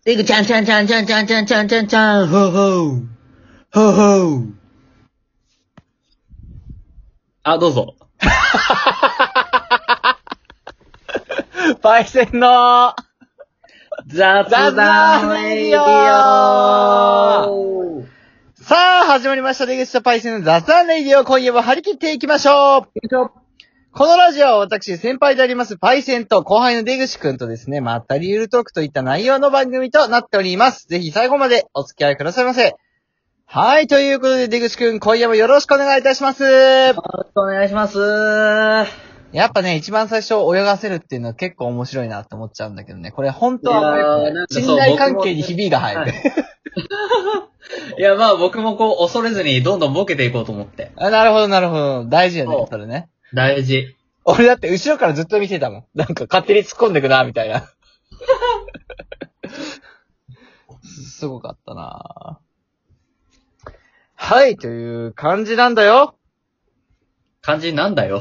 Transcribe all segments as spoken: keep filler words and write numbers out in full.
てくちゃんちゃんちゃんちゃんちゃんちゃんちゃんちゃんちゃん、ほうほう。ほうほう。 あ、どうぞ。 パイセンの雑談レディオさあ、始まりました。出口とパイセンの雑談レディオ。今夜も張り切っていきましょう。このラジオは私、先輩でありますパイセンと後輩の出口くんとですね、まったりゆるトークといった内容の番組となっております。ぜひ最後までお付き合いくださいませ。はい、ということで出口くん、今夜もよろしくお願いいたします。 よろしくお願いします。 やっぱね、一番最初泳がせるっていうのは結構面白いなって思っちゃうんだけどね。これ本当は、ね、信頼関係にひびが入る。 いや、まあ僕もこう、恐れずにどんどんボケていこうと思って。 あ、なるほど、なるほど。大事よね、それね。 大事。 俺だって後ろからずっと見てたもん。なんか勝手に突っ込んでくな、みたいな。すごかったな。はい、という感じなんだよ。 感じなんだよ。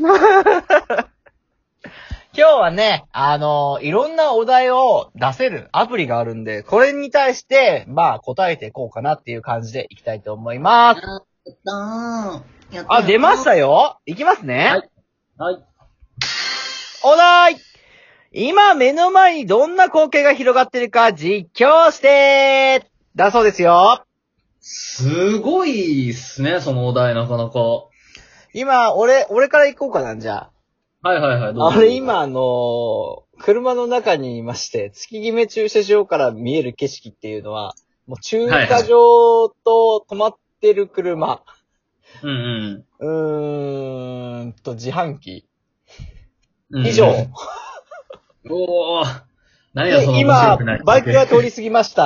今日はね、あのー、いろんなお題を出せるアプリがあるんで、これに対して、まあ答えていこうかなっていう感じでいきたいと思います。 やったー。やったあ、出ましたよ。いきますね。 はい。はい。 お題今目の前にどんな光景が広がってるか実況してだそうですよ。 すごいっすね、そのお題なかなか。 今、俺、俺から行こうかな、じゃあ。 はいはいはい、どうぞ。 あれ今あのー、車の中にいまして、月決め駐車場から見える景色っていうのは、もう駐車場と止まってる車。 はいはい、うんうん。うーんと、自販機。 うん。 以上。 おー。何やその面今白くない、 バイクが通り過ぎました。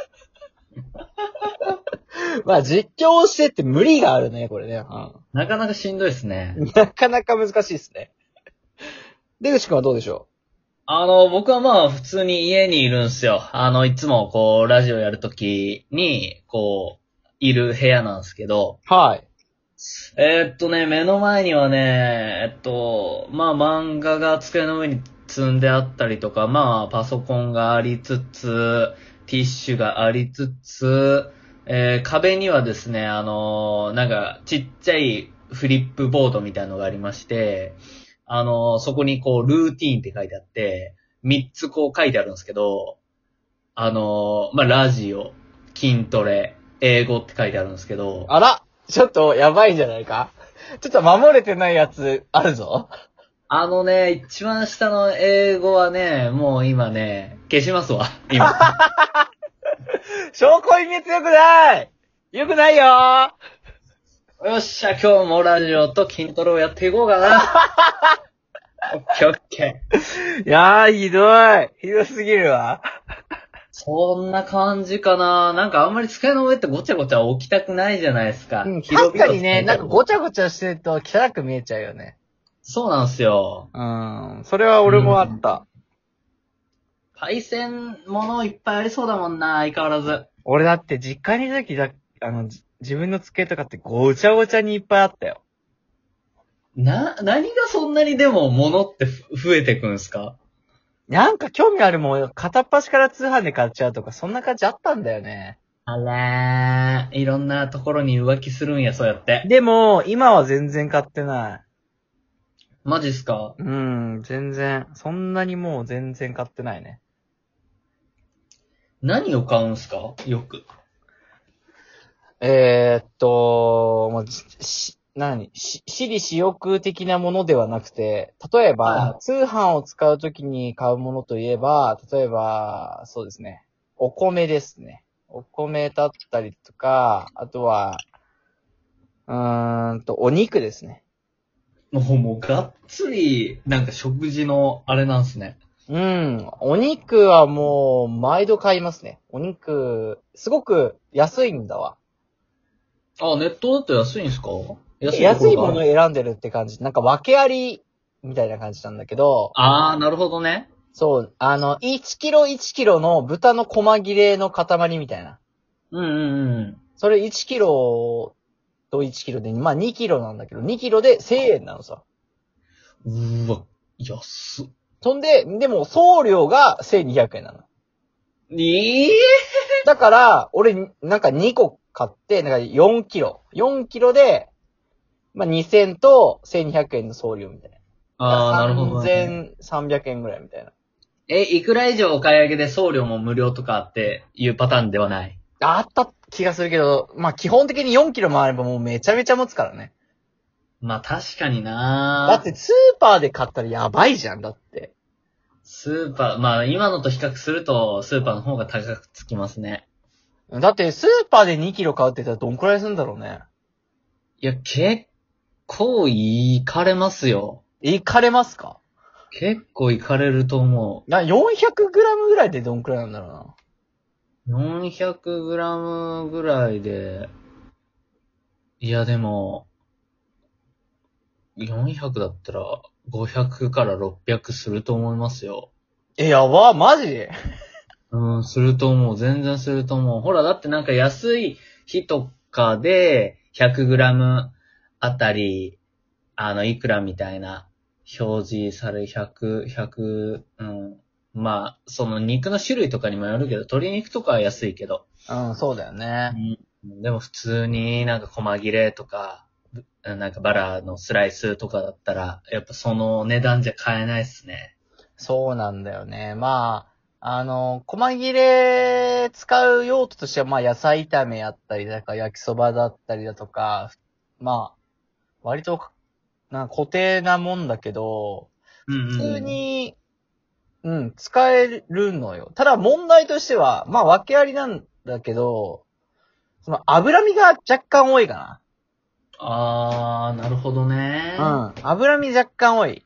まあ実況してって無理があるね、これね。うん、 なかなかしんどいっすね。 なかなか難しいですね。出口くんはどうでしょあの、僕はまあ普通に家にいるんすよ。あの、いつもこう、ラジオやるときに、こう、いる部屋なんですけど。 う？はい。 えー、っとね、目の前にはね、えっと、まあ漫画が机の上に積んであったりとか、まあパソコンがありつつ、ティッシュがありつつ、えー、壁にはですね、あのー、なんかちっちゃいフリップボードみたいなのがありまして、あのー、そこにこう、ルーティーンって書いてあって、みっつこう書いてあるんですけど、あのー、まあ、ラジオ、筋トレ、英語って書いてあるんですけど、 あらちょっとやばいんじゃないか？ちょっと守れてないやつあるぞ。 あのね、一番下の英語はね、もう今ね、消しますわ、今。 証拠意味強くないよくないよー。 よっしゃ、今日もラジオと筋トレをやっていこうかな。オッケーオッケいやー、ひどい。ひどすぎるわ。 そんな感じかな。なんかあんまり机の上ってごちゃごちゃ置きたくないじゃないですか。 うん、 広々 確かにね、なんかごちゃごちゃしてると汚く見えちゃうよね。 そうなんすよ。 うん、それは俺もあった。 パイセンものいっぱいありそうだもんな、相変わらず。 俺だって実家にいる時だ、あの、自分の机とかってごちゃごちゃにいっぱいあったよ。 な、何がそんなにでも物って増えてくんすか？ なんか興味あるもん、片っ端から通販で買っちゃうとか、そんな感じあったんだよね。 あらー、いろんなところに浮気するんや、そうやって。 でも、今は全然買ってない。 マジっすか？ うん、全然。そんなにもう全然買ってないね。 何を買うんすか？よく。 えー、っと、もうし、何し、私利私欲的なものではなくて、例えば、 はい通販を使うときに買うものといえば、例えば、そうですね。お米ですね。お米だったりとか、あとは、うーんと、お肉ですね。 もう、もう、がっつり、なんか食事の、あれなんすね。 うん。お肉はもう、毎度買いますね。お肉、すごく安いんだわ。 あ、ネットだと安いんすか？ 安い安いものを選んでるって感じ。なんか訳あり、みたいな感じなんだけど、 あー、なるほどね。 そう、あの、いちキロいちキロの豚の細切れの塊みたいな。 うんうんうん。 それいちキロといちキロで、まあにキロなんだけど、にキロでせんえんなのさ。 うーわ、安っ。 そんで、でも送料がせんにひゃくえんなの。 ええだから、俺、なんかにこ買って、なんかよんキロ。よんキロで、まあ、にせんとせんにひゃくえんの送料みたいな。 ああ、なるほど、ね。 さんぜんさんびゃくえんぐらいみたいな。 え、いくら以上お買い上げで送料も無料とかっていうパターンではない？ あった気がするけど、まあ、基本的によんキロ回ればもうめちゃめちゃ持つからね。 まあ確かになだってスーパーで買ったらやばいじゃん、だって。 スーパー、まあ今のと比較するとスーパーの方が高くつきますね。 だってスーパーでにキロ買うって言ったらどんくらいするんだろうね。 いや、結構いかれますよ。 いかれますか？ 結構いかれると思な、よんひゃくグラムぐらいでどんくらいなんだろうな。 う。よんひゃくグラムぐらいで、いやでも、よんひゃくだったらごひゃくからろっぴゃくすると思いますよ。 え、やば、マジで？ うん、すると思う。全然すると思う。ほら、だってなんか安い日とかで、ひゃくグラムあたり、あの、いくらみたいな表示され、ひゃく、ひゃく、うん。まあ、その肉の種類とかにもよるけど、鶏肉とかは安いけど。 うん、そうだよね。 うん、でも普通になんか細切れとか、なんかバラのスライスとかだったら、やっぱその値段じゃ買えないっすね。 そうなんだよね。まあ、あの、細切れ使う用途としては、まあ野菜炒めやったりだとか、焼きそばだったりだとか、まあ、割と、なんか固定なもんだけど、 うんうん、 普通に、うん、使えるのよ。ただ問題としては、まあ訳ありなんだけど、その脂身が若干多いかあー、なるほどね。 な。うん。脂身若干多い。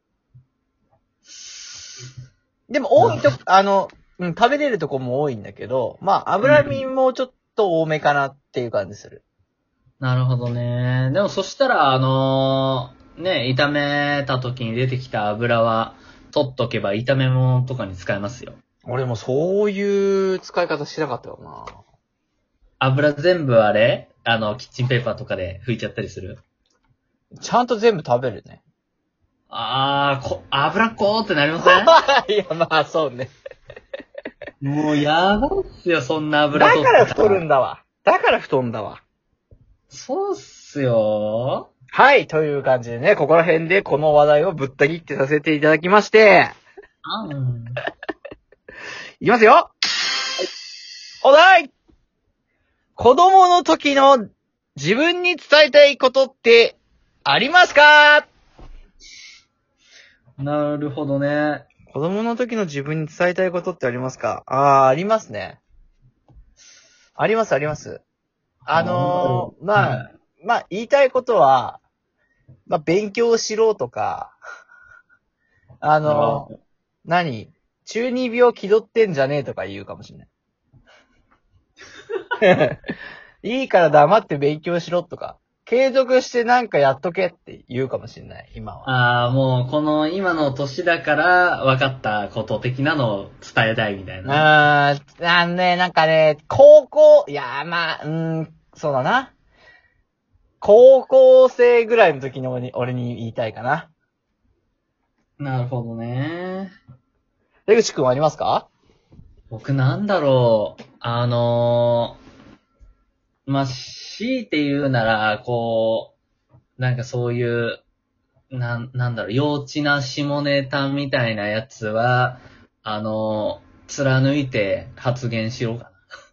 でも多いと、あの、うん、食べれるとこも多いんだけど、まあ脂身もちょっと多めかなっていう感じする。 なるほどね。でもそしたら、あのー、ね、炒めた時に出てきた油は、取っとけば炒め物とかに使えますよ。 俺もそういう使い方してなかったよな。 油全部あれあの、キッチンペーパーとかで拭いちゃったりする。 ちゃんと全部食べるね。 あー、こ、油っこーってなりませんいや、まあそうね。 もうやばいっすよ、そんな油だ取ってから太るんだわ。だから太んだわ。 そうっすよ。 はい、という感じでね、ここら辺でこの話題をぶった切ってさせていただきまして、 あん。 いきますよ。お題子供の時の自分に伝えたいことってありますか？ なるほどね。 子供の時の自分に伝えたいことってありますか？あー、ありますね。あります、あります。あのー、まあ、まあ、言いたいことは、まあ、勉強しろとか、あのー、何中二病気取ってんじゃねえとか言うかもしれない。いいから黙って勉強しろとか、継続してなんかやっとけって言うかもしれない、今は。 ああ、もう、この今の年だから分かったこと的なのを伝えたいみたいな。 あー、あのね、なんかね、高校、いやーまあ、うーん、そうだな。高校生ぐらいの時に俺に、俺に言いたいかな。 なるほどね。 出口くんはありますか？ 僕なんだろう。あのー、まあ、強いて言うなら、こう、なんかそういう、なん、なんだろう、幼稚な下ネタみたいなやつは、あのー、貫いて発言しようか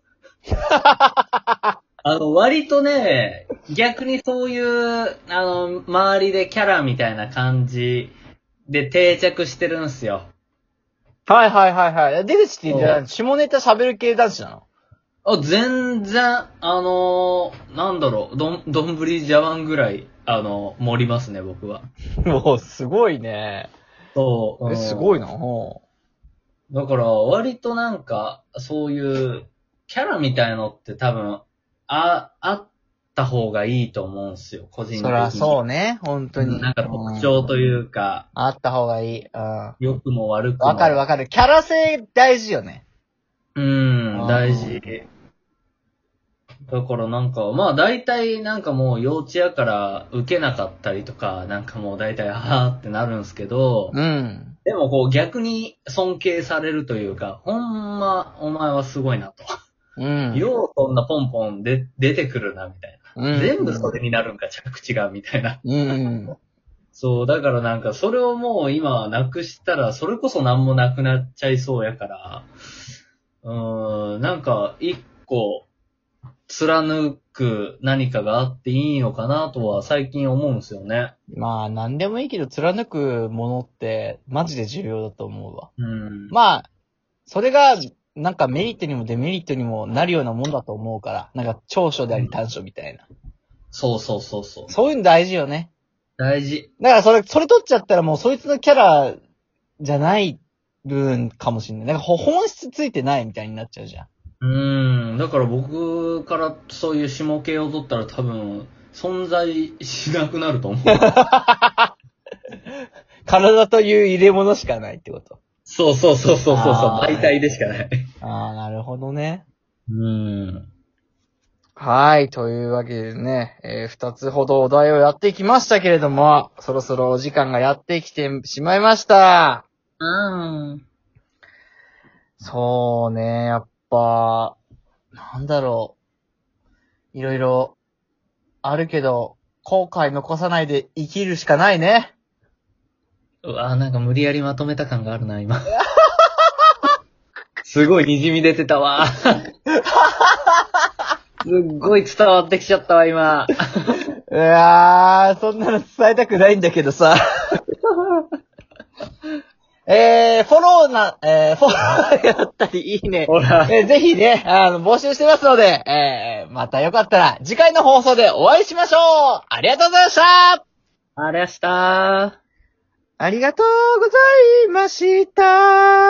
な。あの、割とね、逆にそういう、あの、周りでキャラみたいな感じで定着してるんすよ。 はいはいはいはい。出口って言そうって下ネタ喋る系男子なの？ あ、全然、あのー、なんだろう、どん、どんぶり茶碗ぐらい、あの、盛りますね、僕は。 もう、すごいね。 そう。 え、すごいな。 な。ほだから、割となんか、そういう、キャラみたいのって多分、あ、あった方がいいと思うんすよ、個人的に。 そらそうね、本当に。 なんか特徴というか、 あった方がいい。うん。 良くも悪くも。 わかるわかる。キャラ性大事よね。 うーん、 あー大事。だからなんか、まあ大体なんかもう幼稚やから受けなかったりとか、なんかもう大体はーってなるんすけど、 うん。 でもこう逆に尊敬されるというか、ほんまお前はすごいなと。 うん。 ようそんなポンポンで出てくるなみたいな。 うん。 全部それになるんか着地がみたいな。 うん。 そう、だからなんかそれをもう今なくしたら、それこそ何もなくなっちゃいそうやから、うーん、なんか一個貫く何かがあっていいのかなとは最近思うんですよね。 まあ、なんでもいいけど、貫くものって、マジで重要だと思うわ。 うん。 まあ、それが、なんかメリットにもデメリットにもなるようなもんだと思うから、なんか長所であり短所みたいな。 そうそうそうそう。 そういうの大事よね。 大事。 だからそれ、それ取っちゃったらもうそいつのキャラじゃない分かもしれない。なんかほ本質ついてないみたいになっちゃうじゃん。 うーん。だから僕からそういう下系を取ったら多分、存在しなくなると思う。 体という入れ物しかないってこと。 そうそうそうそうそうそう。 あー媒体でしかない。 ああ、なるほどね。 うーん。 はい。というわけでね、えー、二つほどお題をやってきましたけれども、そろそろお時間がやってきてしまいました。 うん。 そうね、やっぱ、なんだろう。いろいろあるけど、後悔残さないで生きるしかないね。 うわぁ、なんか無理やりまとめた感があるな、今。すごい滲み出てたわ。すっごい伝わってきちゃったわ、今。 いやー、そんなの伝えたくないんだけどさ。えー、フォローな、えー、フォローやったり、いいね。 ほら。 えーぜひね、あの、募集してますので、えー、またよかったら、次回の放送でお会いしましょう。ありがとうございました。 ありゃしたー。 ありがとうございました。